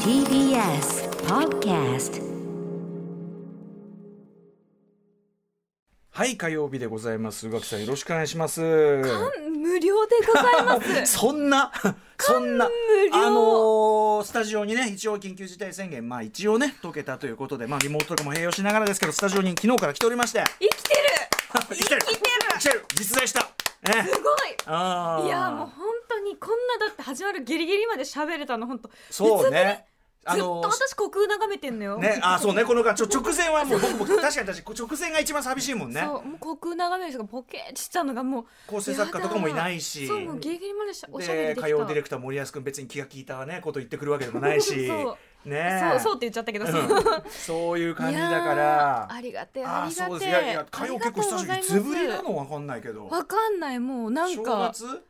TBS Podcast。 はい、火曜日でございます。宇垣さんよろしくお願いします。 無料でございますそんなスタジオにね、一応緊急事態宣言一応ね解けたということで、リモートとかも併用しながらですけど、スタジオに昨日から来ておりまして、 生きてる生きてる実在した、 すごい。いやもう本当にこんなだって始まるギリギリまで喋れたの本当。 そうね。 ずっと私虚空眺めてんのよ。 ね、そうね、この直前はもう僕も確かに直前が一番寂しいもんね。 そう、もう虚空眺める人がポケーってしたのがもう構成作家とかもいないし、 そうもうギリギリまでおしゃべりできた。 火曜ディレクター森保君別に気が利いたねこと言ってくるわけでもないしそうね、 そうって言っちゃったけど、 そういう感じだからありがてえありがてえ。 そうです。いや火曜結構久しぶり。いつぶりなの分かんないけど、 分かんない。もうなんか正月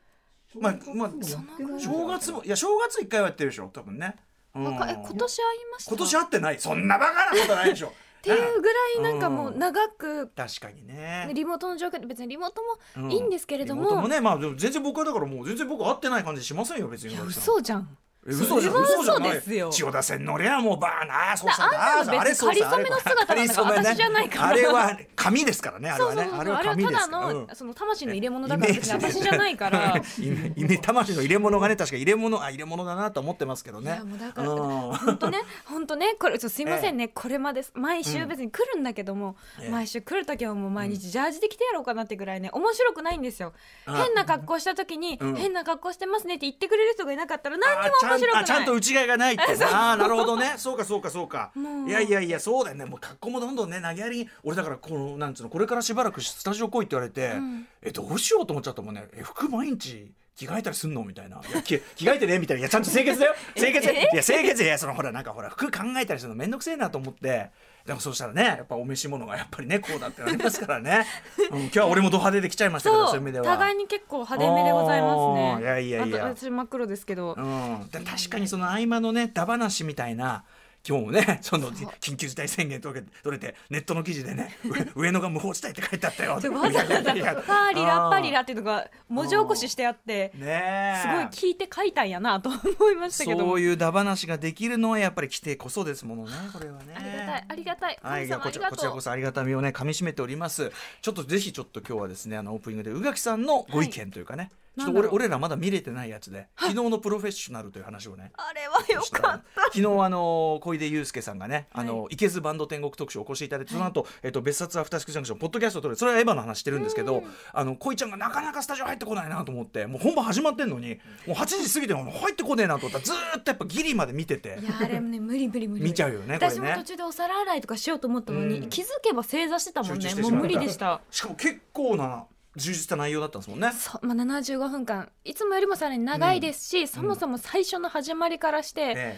正月も正月1回はやってるでしょ多分ね。 今年会いました。 今年会ってない。そんなバカなことないでしょっていうぐらいなんかもう長く、 確かにね、 リモートの状況で別にリモートもいいんですけれども、 リモートもね、でも全然僕はだからもう全然僕会ってない感じしませんよ別に。 いや嘘じゃん。 嘘じゃないですよ。 千代田線乗りゃもうバーナーそうさあんたの別に仮初めの姿なんだから私じゃないから。 あれは紙ですからね。あれはね、 あれはただのその魂の入れ物だから別に私じゃないから魂の入れ物がね、確か入れ物だなと思ってますけどね。いやもうだから本当ねこれすいませんね、これまで毎週別に来るんだけども、毎週来るときはもう毎日ジャージで来てやろうかなってぐらいね面白くないんですよ。変な格好したときに変な格好してますねって言ってくれる人がいなかったら何にも面白くない。 ちゃんと内側がないってなるほどね。そうかいやそうだよね。もう格好もどんどんね投げやりに。俺だからこれからしばらくスタジオ来いって言われて、どうしようと思っちゃったもんね。服毎日着替えたりすんのみたいな。着替えてねみたいな。いやちゃんと清潔だよ清潔で服考えたりするのめんどくせえなと思って。でもそうしたらね、やっぱお召し物がやっぱりねこうだってありますからね。今日は俺もド派手で来ちゃいましたけど、そういう意味では互いに結構派手めでございますね。 いやあと私真っ黒ですけど、 確かにその合間のねダ話みたいな。今日もね、その緊急事態宣言取れてネットの記事でね上野が無法地帯って書いてあったよ。 わざわざパーリラパリラっていうのが文字起こししてあって、すごい聞いて書いたんやなと思いましたけども、 そういうダ話ができるのはやっぱり来てこそですものね。これはねありがたいはい、こちらこそありがたみをね噛み締めております。ちょっとぜひ今日はですねオープニングで宇垣さんのご意見というかね、ちょっと俺らまだ見れてないやつで、昨日のプロフェッショナルという話をね、 あれはよかった。 昨日小出祐介さんがね、いけずバンド天国特集お越しいただいて、その後、別冊アフターシックスジャンクションポッドキャストを撮る、それはエヴァの話してるんですけど、恋ちゃんがなかなかスタジオ入ってこないなと思って、もう本番始まってんのにもう8時過ぎても入ってこねえなと思ったらずーっとやっぱギリまで見てて、 いやあれね無理見ちゃうよね。これね私も途中でお皿洗いとかしようと思ったのに、気づけば正座してたもんね。もう無理でした。 しかも結構な充実した内容だったんですもんね。 75分間いつもよりもさらに長いですし、そもそも最初の始まりからして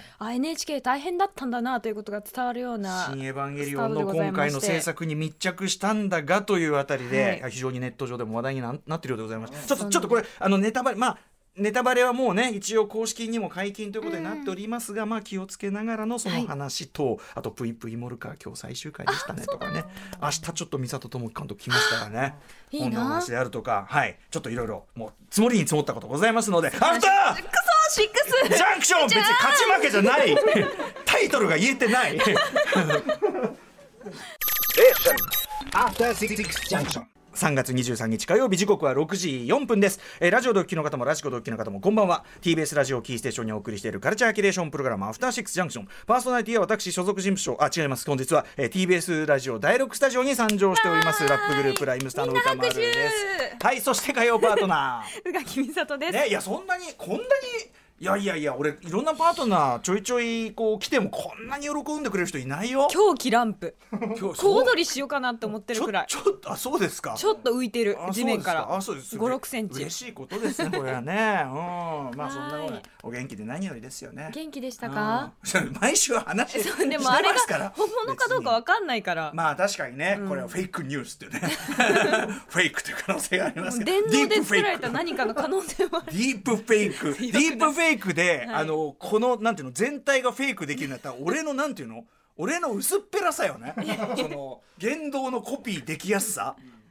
、NHK 大変だったんだなということが伝わるような新エヴァンゲリオンの今回の制作に密着したんだがというあたりで、非常にネット上でも話題になっているようでございます。ちょっとこれネタバレはもうね一応公式にも解禁ということになっておりますが、気をつけながらのその話と、あとプイプイモルカー今日最終回でしたねとかね、明日ちょっと美里智監督来ますからね、 いいな本の話であるとか、ちょっといろいろもう積もりに積もったことございますので、アフターシックスジャンクション別に勝ち負けじゃないタイトルが言えてないアフターシックスジャンクション3月23日火曜日、時刻は6時4分です。ラジオでお聞きの方もラジコでお聞きの方もこんばんは。 TBS ラジオキーステーションにお送りしているカルチャーキュレーションプログラムアフターシックスジャンクション、パーソナリティは私所属事務所違います。本日は、TBS ラジオ第6スタジオに参上しておりますラップグループライムスターの歌丸です。はい、そして火曜パートナー宇垣美里です。 いやこんなにいや俺いろんなパートナーちょいちょいこう来てもこんなに喜んでくれる人いないよ。 狂気ランプ小躍りしようかなって思ってるくらい。 ちょっとそうですか。 ちょっと浮いてる地面から 5、 6センチ。 嬉しいことですねこれはねそんなのねお元気で何よりですよね。 元気でしたか。 毎週話してますから。 でもあれが本物かどうか分かんないから。 確かにね、これはフェイクニュースっていうねフェイクという可能性がありますけど、 電動で作られた何かの可能性はディープフェイクで、このなんていうの全体がフェイクできるんだったら俺のなんていうの俺の薄っぺらさよねその言動のコピーできやすさ、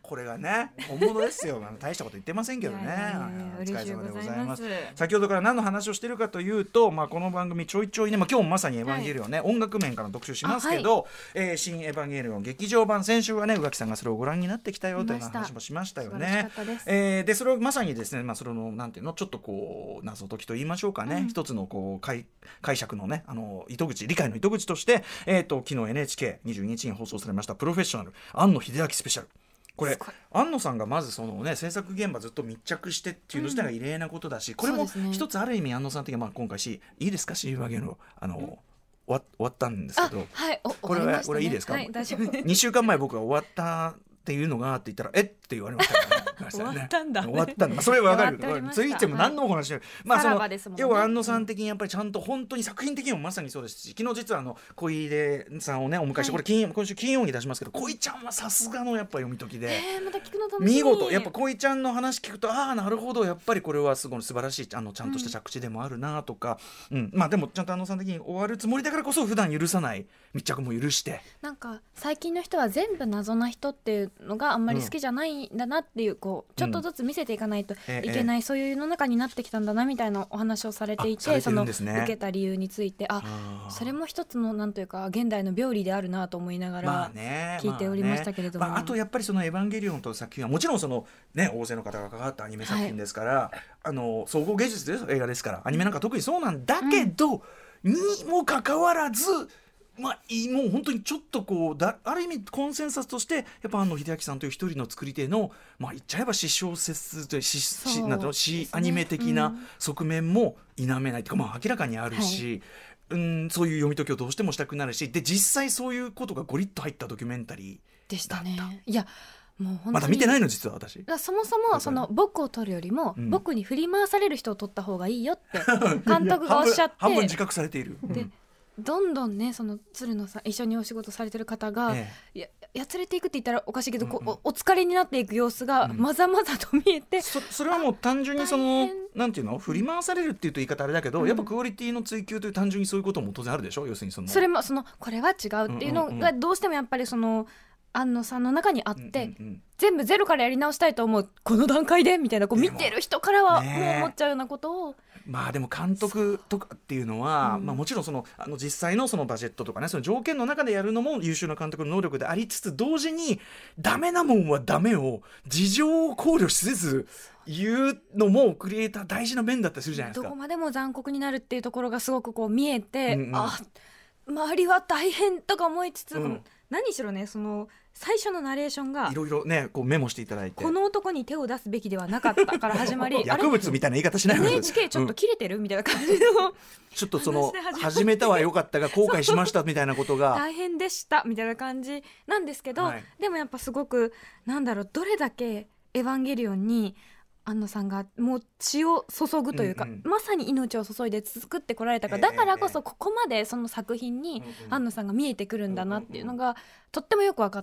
これがね本物ですよ大したこと言ってませんけどね。お疲れ様でございます。先ほどから何の話をしてるかというと、この番組ちょいちょいね、今日もまさにエヴァンゲリオンね、音楽面からの特集しますけど、新エヴァンゲリオン劇場版、先週はね宇垣さんがそれをご覧になってきたよという話もしましたよね。でそれをまさにですね、それのなんていうのちょっとこう謎解きと言いましょうかね、一つのこう解釈のね糸口、理解の糸口として、昨日 NHK22 日に放送されましたプロフェッショナル庵野秀明スペシャル。これ庵野さんがまずそのね制作現場ずっと密着してっていうの自体が異例なことだし、これも一つある意味庵野さん的に今回いいですか、CM上げの終わったんですけど、これはいいですか、2週間前僕が終わったっていうのがって言ったらえって言われましたからね終わったんだ、 終わったんだ、それは分かる。ついても何のお話で、要は庵野さん的にやっぱりちゃんと本当に作品的にもまさにそうですし、昨日実は小出さんをねお迎えして、これ今週金曜に出しますけど、小出ちゃんはさすがのやっぱ読み解きで、 また聞くの楽しみ。 見事やっぱ小出ちゃんの話聞くとなるほどやっぱりこれはすごい素晴らしいちゃんとした着地でもあるなとか、でもちゃんと庵野さん的に終わるつもりだからこそ普段許さない密着も許して、 なんか最近の人は全部謎な人っていうのがあんまり好きじゃないんだなっていう、ちょっとずつ見せていかないといけない、そういう世の中になってきたんだなみたいなお話をされていて、その受けた理由についてそれも一つのなんというか現代の病理であるなと思いながら聞いておりましたけれども、 あとやっぱりそのエヴァンゲリオンという作品はもちろんそのね大勢の方が関わったアニメ作品ですから、総合芸術です、映画ですから、アニメなんか特にそうなんだけど、にもかかわらずもう本当にちょっとこうある意味コンセンサスとしてやっぱ庵野秀明さんという一人の作り手の言っちゃえば私小説という詩アニメ的な側面も否めないというか、明らかにあるし、そういう読み解きをどうしてもしたくなるし、で実際そういうことがゴリッと入ったドキュメンタリーでしたね。 いやもう本当にまだ見てないの実は私。 そもそもその僕を撮るよりも、僕に振り回される人を撮った方がいいよって監督がおっしゃって半分自覚されている。 でどんどんねその鶴野さん一緒にお仕事されてる方が、やつれていくって言ったらおかしいけど、お疲れになっていく様子がまざまざと見えて、 それはもう単純にそのなんていうの振り回されるっていうと言い方あれだけど、やっぱクオリティの追求という単純にそういうことも当然あるでしょ。要するにそれもこれは違うっていうのがどうしてもやっぱりその庵野さんの中にあって、全部ゼロからやり直したいと思うこの段階でみたいな見てる人からはもう思っちゃうようなことを。 でも監督とかっていうのは、もちろん実際のそのバジェットとかね、その条件の中でやるのも優秀な監督の能力でありつつ、同時にダメなもんはダメを事情を考慮せず言うのもクリエイター大事な面だったりするじゃないですか。 どこまでも残酷になるっていうところがすごく見えて、周りは大変とか思いつつ、何しろねその最初のナレーションがいろいろねメモしていただいて、 この男に手を出すべきではなかったから始まり薬物みたいな言い方しないの NHK ちょっと切れてるみたいな感じのちょっと始めたは良かったが後悔しましたみたいなことが大変でしたみたいな感じなんですけど、でもやっぱすごくどれだけエヴァンゲリオンに庵野さんがもう血を注ぐというか、まさに命を注いで作ってこられたから、だからこそここまでその作品に庵野さんが見えてくるんだなっていうのがとってもよく分かって、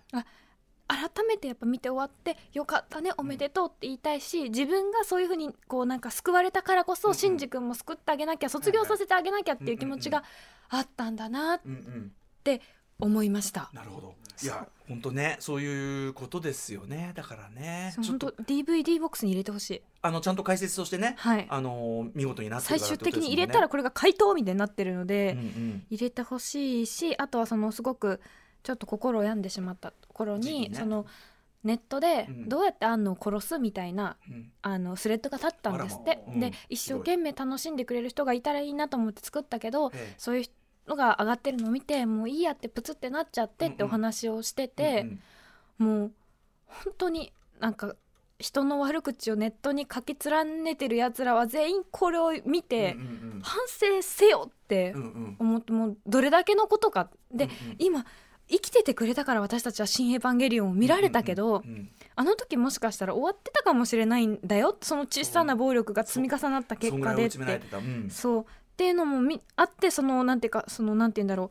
改めてやっぱ見て終わってよかったねおめでとうって言いたいし、自分がそういうふうに救われたからこそシンジ君も救ってあげなきゃ、卒業させてあげなきゃっていう気持ちがあったんだなって思いました。 なるほど。いや本当ねそういうことですよね。だからね本当 DVD ボックスに入れてほしい。 ちゃんと解説としてね、見事になってるから、 最終的に入れたらこれが回答みたいになってるので、入れてほしいし、あとはすごくちょっと心を病んでしまったところに、ネットでどうやって庵野を殺すみたいな、スレッドが立ったんですって。で一生懸命楽しんでくれる人がいたらいいなと思って作ったけど、そういうのが上がってるのを見てもういいやってプツってなっちゃってってお話をしてて、もう本当に人の悪口をネットに書き連ねてるやつらは全員これを見て反省せよって思って、もうどれだけのことかで、今生きててくれたから私たちは新エヴァンゲリオンを見られたけど、あの時もしかしたら終わってたかもしれないんだよ、その小さな暴力が積み重なった結果でって、そうっていうのもあって、なんていうんだろう、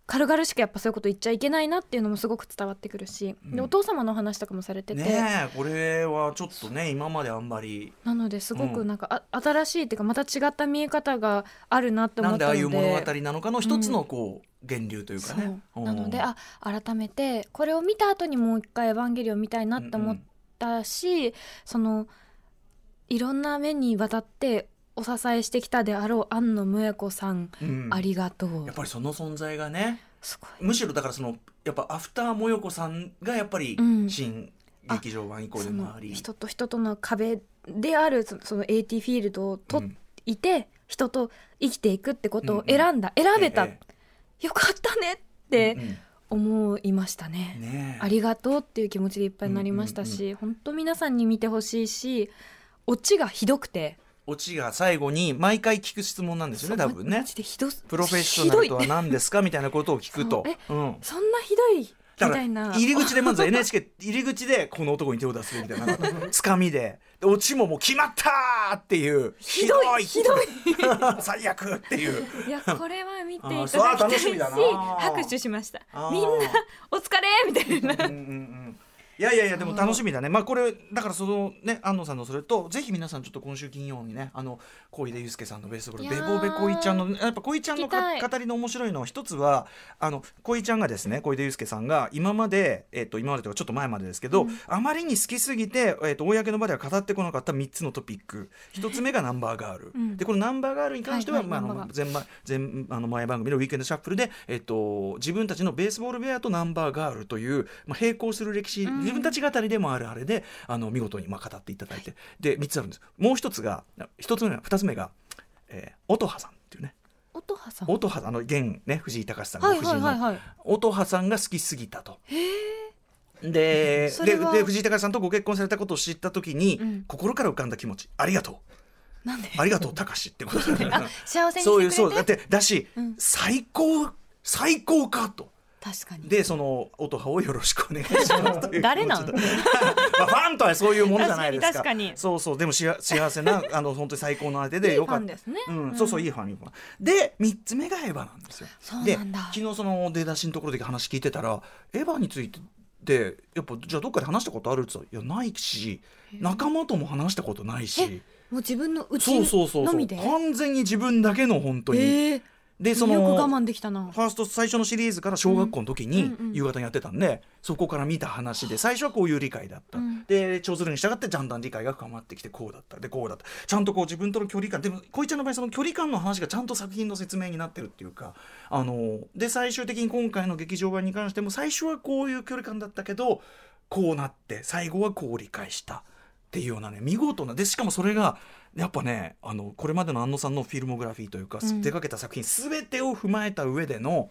軽々しくやっぱそういうこと言っちゃいけないなっていうのもすごく伝わってくるし、でお父様の話とかもされてて、 ねえこれはちょっとね今まであんまりなのですごくなんか、新しいっていうかまた違った見え方があるなって思ったので、 なんでああいう物語なのかの一つのこう、源流というかね。 なので改めてこれを見た後にもう一回エヴァンゲリオン見たいなって思ったし、そのいろんな面にわたってお支えしてきたであろう庵野萌恵子さん、ありがとう。 やっぱりその存在がねすごい、 むしろだからそのやっぱアフター萌恵子さんがやっぱり新劇場版以降でもあり、 人と人との壁であるその AT フィールドを取っていて、人と生きていくってことを選べた、よかったねって思いましたね。ありがとうっていう気持ちでいっぱいになりましたし、本当皆さんに見てほしいし、オチがひどくて、 オチが最後に毎回聞く質問なんですよね、多分ね。プロフェッショナルルとは何ですかみたいなことを聞くと、 そんなひどいみたいな。 入り口でまず NHK 入り口でこの男に手を出すみたいなつかみでオチももう決まったっていうひどい最悪っていう。 いやこれは見ていただきたいし拍手しました。みんなお疲れみたいな。 いやでも楽しみだね。まあこれだからそのね安野さんのそれとぜひ皆さんちょっと今週金曜にね小出祐介さんのベースボールベボベ恋ちゃんのやっぱ恋ちゃんの語りの面白いのは一つは恋ちゃんがですね小出祐介さんが今までというかちょっと前までですけど、あまりに好きすぎて公の場では語ってこなかった3つのトピック、1つ目がナンバーガール、でこのナンバーガールに関しては前番組のウィークエンドシャッフルで自分たちのベースボールベアとナンバーガールという並行する歴史、自分たち語りでもあるあれで見事に語っていただいて、で3つあるんです。もう2つ目が音羽さんっていうね、音羽さん現ね藤井隆さんが藤井の音羽さんが好きすぎたと。で藤井隆さんとご結婚されたことを知った時に、心から浮かんだ気持ち、ありがとう、なんでありがとう隆ってことで幸せにしてくれて、 そうだってだし、最高かと。 確かに。 でその音羽をよろしくお願いしますという誰なんファンとはそういうものじゃないですか。 確かにそうでも幸せな本当に最高の相手でよかった。いいファンですね。そういいファンで3つ目がエヴァなんですよ。で昨日その出だしのところで話聞いてたら、エヴァについてでやっぱじゃあどっかで話したことあるって言ったら、いやないし、仲間とも話したことないし、 もう自分のうちのみで完全に自分だけの本当に。でそのよく我慢できたな。 ファースト最初のシリーズから小学校の時に夕方にやってたんで、そこから見た話で最初はこういう理解だった、で長鶴に従ってだんだん理解が深まってきてこうだったちゃんとこう自分との距離感でも恋ちゃんの場合その距離感の話がちゃんと作品の説明になってるっていうか、で最終的に今回の劇場版に関しても最初はこういう距離感だったけどこうなって最後はこう理解したっていうようなね、見事なで、しかもそれがやっぱねこれまでの安野さんのフィルモグラフィーというか、手掛けた作品全てを踏まえた上での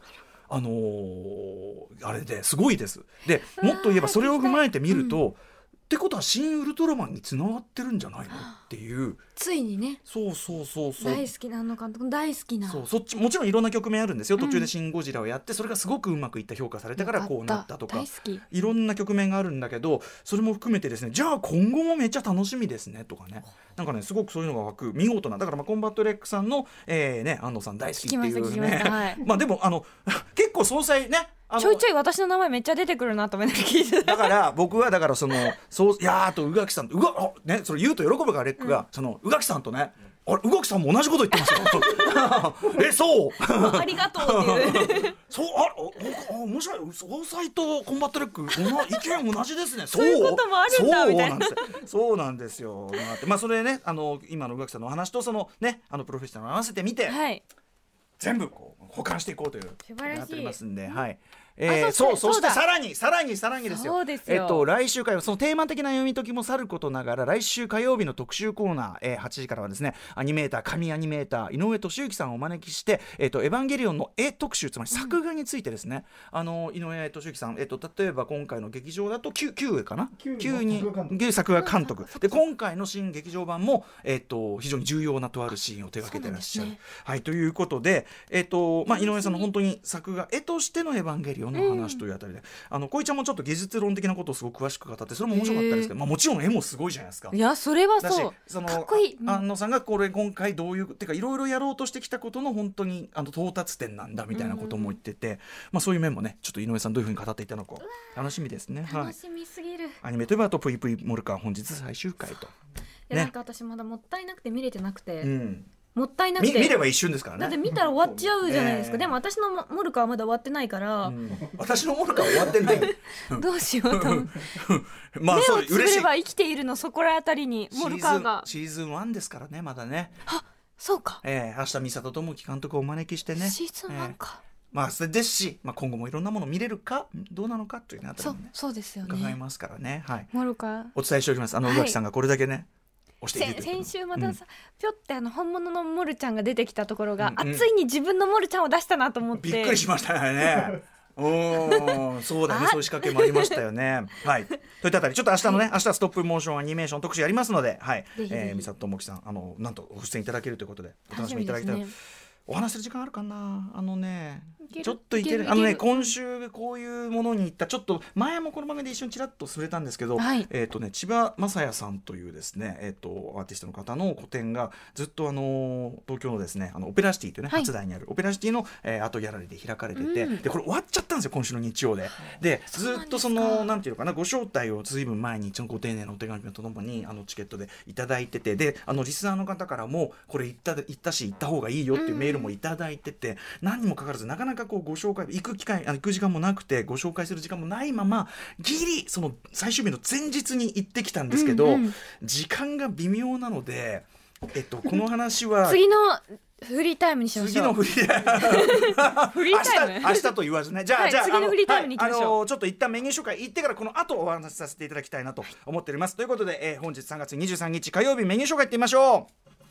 あれですごいです。でもっと言えばそれを踏まえてみると、ってことは新ウルトラマンにつながってるんじゃないのっていう、 ついにね。そう大好きな監督大好きな、 そっちもちろんいろんな局面あるんですよ。途中でシン・ゴジラをやってそれがすごくうまくいった評価されたからこうなったとか、いろんな局面があるんだけど、それも含めてですね、じゃあ今後もめっちゃ楽しみですねとかね、なんかねすごくそういうのが湧く見事な。だからコンバットレックさんの、安藤さん大好きっていうねまあでも結構総裁ねちょいちょい私の名前めっちゃ出てくるなと思って聞いてた。 だから僕はだからそのいやーと宇垣さんね、それ言うと喜ぶからレックが、その宇垣さんとね、あれ宇垣さんも同じこと言ってますよそうありがとうっていう面白い、総裁とコンバットレック意見同じですねそういうこともあるんだみたいな。 そうなんですよ。まあそれね今の宇垣さんのお話とそのねプロフェッショナル合わせてみて、全部こう補完していこうという素晴らしいなっておりますんで、そしてさらにですよ。来週火曜、そのテーマ的な読み解きもさることながら、来週火曜日の特集コーナー、8時からはですね、神アニメーター井上俊之さんをお招きして、エヴァンゲリオンの絵特集、つまり作画についてですね、井上俊之さん、例えば今回の劇場だと9かな、9に作画監督で、今回の新劇場版も、非常に重要なとあるシーンを手掛けてらっしゃる、ということで、井上さんの本当に作画絵としてのエヴァンゲリオンよの話というあたりで、こいちゃんもちょっと技術論的なことをすごく詳しく語ってそれも面白かったですけど、もちろん絵もすごいじゃないですか。 いやそれはだしそうかっこいい。 安野さんがこれ今回どういうてかいろいろやろうとしてきたことの本当に到達点なんだみたいなことも言ってて、そういう面もねちょっと井上さんどういうふうに語っていたのか楽しみですね。 楽しみすぎる、 アニメといえばぷいぷいモルカー本日最終回と。 なんか私まだもったいなくて見れてなくて、 うんもったいなくて見れば一瞬ですからね。 だって見たら終わっちゃうじゃないですか、でも私のモルカはまだ終わってないから、 私のモルカは終わってないどうしようとまあそう目をつぶれば生きているのそこらあたりにモルカーがシーズン1ですからねまだね。 そうか、 明日美里智樹監督をお招きしてねシーズン1か、 それですし、今後もいろんなもの見れるかどうなのかというあたりもねそうですよね伺いますからね、 モルカーお伝えしております。宇垣さんがこれだけね、 先週またさ、ぴょって本物のモルちゃんが出てきたところが、ついに自分のモルちゃんを出したなと思ってびっくりしましたよねそうだね、そういう仕掛けもありましたよね。はい、といったあたりちょっと明日のね、明日ストップモーションアニメーション特集やりますので、美里智樹さんなんとご出演いただけるということでお楽しみいただきたい。お話する時間あるかな。ちょっといける今週こういうものに行ったちょっと前もこの番組で一緒にちらっと触れたんですけど、千葉雅也さんというですね、アーティストの方の個展がずっと東京のですねオペラシティというね、初台にあるオペラシティの、アートギャラリーで開かれてて、でこれ終わっちゃったんですよ今週の日曜で。でずっとなんていうのかな、ご招待をずいぶん前にご丁寧なお手紙とともにチケットでいただいてて、でリスナーの方からもこれ行ったし行った方がいいよっていうメールもいただいてて、何にもかかわらずなかなかご紹介行く時間もなくてご紹介する時間もないままギリその最終日の前日に行ってきたんですけど、時間が微妙なので、この話は次のフリータイムにしましょう。 次のフリータイム明日と言わずね、じゃあ次のフリータイムに行きましょう。 ちょっと一旦メニュー紹介行ってからこの後お話しさせていただきたいなと思っております。ということで、本日3月23日火曜日メニュー紹介いってみましょう。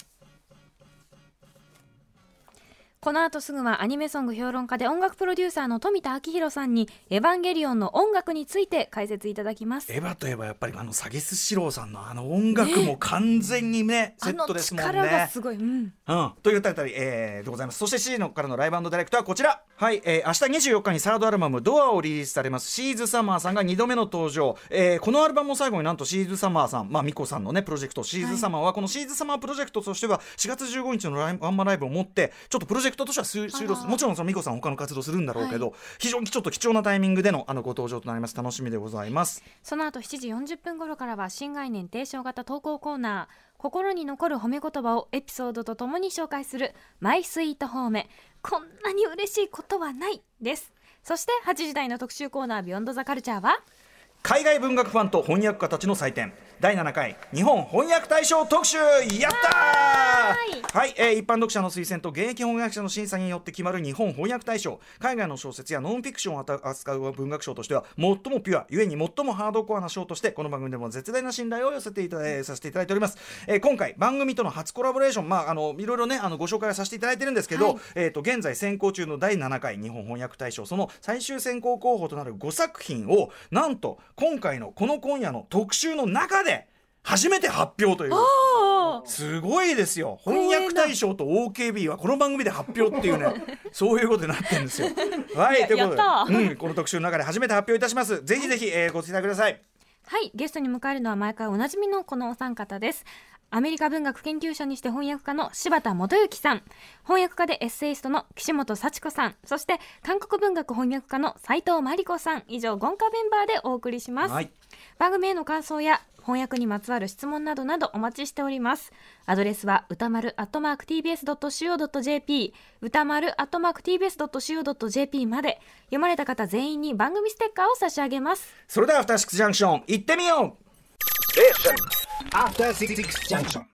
この後すぐはアニメソング評論家で音楽プロデューサーの富田明宏さんにエヴァンゲリオンの音楽について解説いただきます。 エヴァといえばやっぱりサギスシローさんの音楽も完全にね、セットですもんね。 力がすごい、 というあたり、でございます。そして C のからのライブ&ダイレクトはこちら、明日24日にサードアルバムドアをリリースされますシーズサマーさんが2度目の登場。このアルバムを最後になんとシーズサマーさん、ミコさんのねプロジェクトシーズサマーは、このシーズサマープロジェクトとしては4月15日のワンマンライブをもってちょっとプロジェクトとしては終了。もちろんミコさん他の活動するんだろうけど、非常にちょっと貴重なタイミングでのご登場となります。楽しみでございます。 その後7時40分頃からは新概念提唱型投稿コーナー、心に残る褒め言葉をエピソードとともに紹介するマイスイート褒め、こんなに嬉しいことはないです。そして8時台の特集コーナービヨンドザカルチャーは海外文学ファンと翻訳家たちの祭典第7回日本翻訳大賞特集、やったー。一般読者の推薦と現役翻訳者の審査によって決まる日本翻訳大賞、海外の小説やノンフィクションを扱う文学賞としては最もピュアゆえに最もハードコアな賞として、この番組でも絶大な信頼を寄せてさせていただいております。今回番組との初コラボレーション、いろいろねご紹介はさせていただいてるんですけど、現在選考中の第7回日本翻訳大賞、その最終選考候補となる5作品をなんと今回のこの今夜の特集の中で初めて発表という、すごいですよ。翻訳大賞と OKB はこの番組で発表っていうねそういうことになってるんですよ。ということで、この特集の中で初めて発表いたします。ぜひぜひ、ご期待ください。 ゲストに迎えるのは毎回おなじみのこのお三方です。アメリカ文学研究者にして翻訳家の柴田元幸さん、翻訳家でエッセイストの岸本幸子さん、そして韓国文学翻訳家の斉藤真理子さん、以上豪華メンバーでお送りします。番組への感想や翻訳にまつわる質問などなどお待ちしております。アドレスは歌丸@tbs.co.jp 歌丸@tbs.co.jp まで。読まれた方全員に番組ステッカーを差し上げます。 それではアフターシックスジャンクション行ってみよう。 After 66 junction.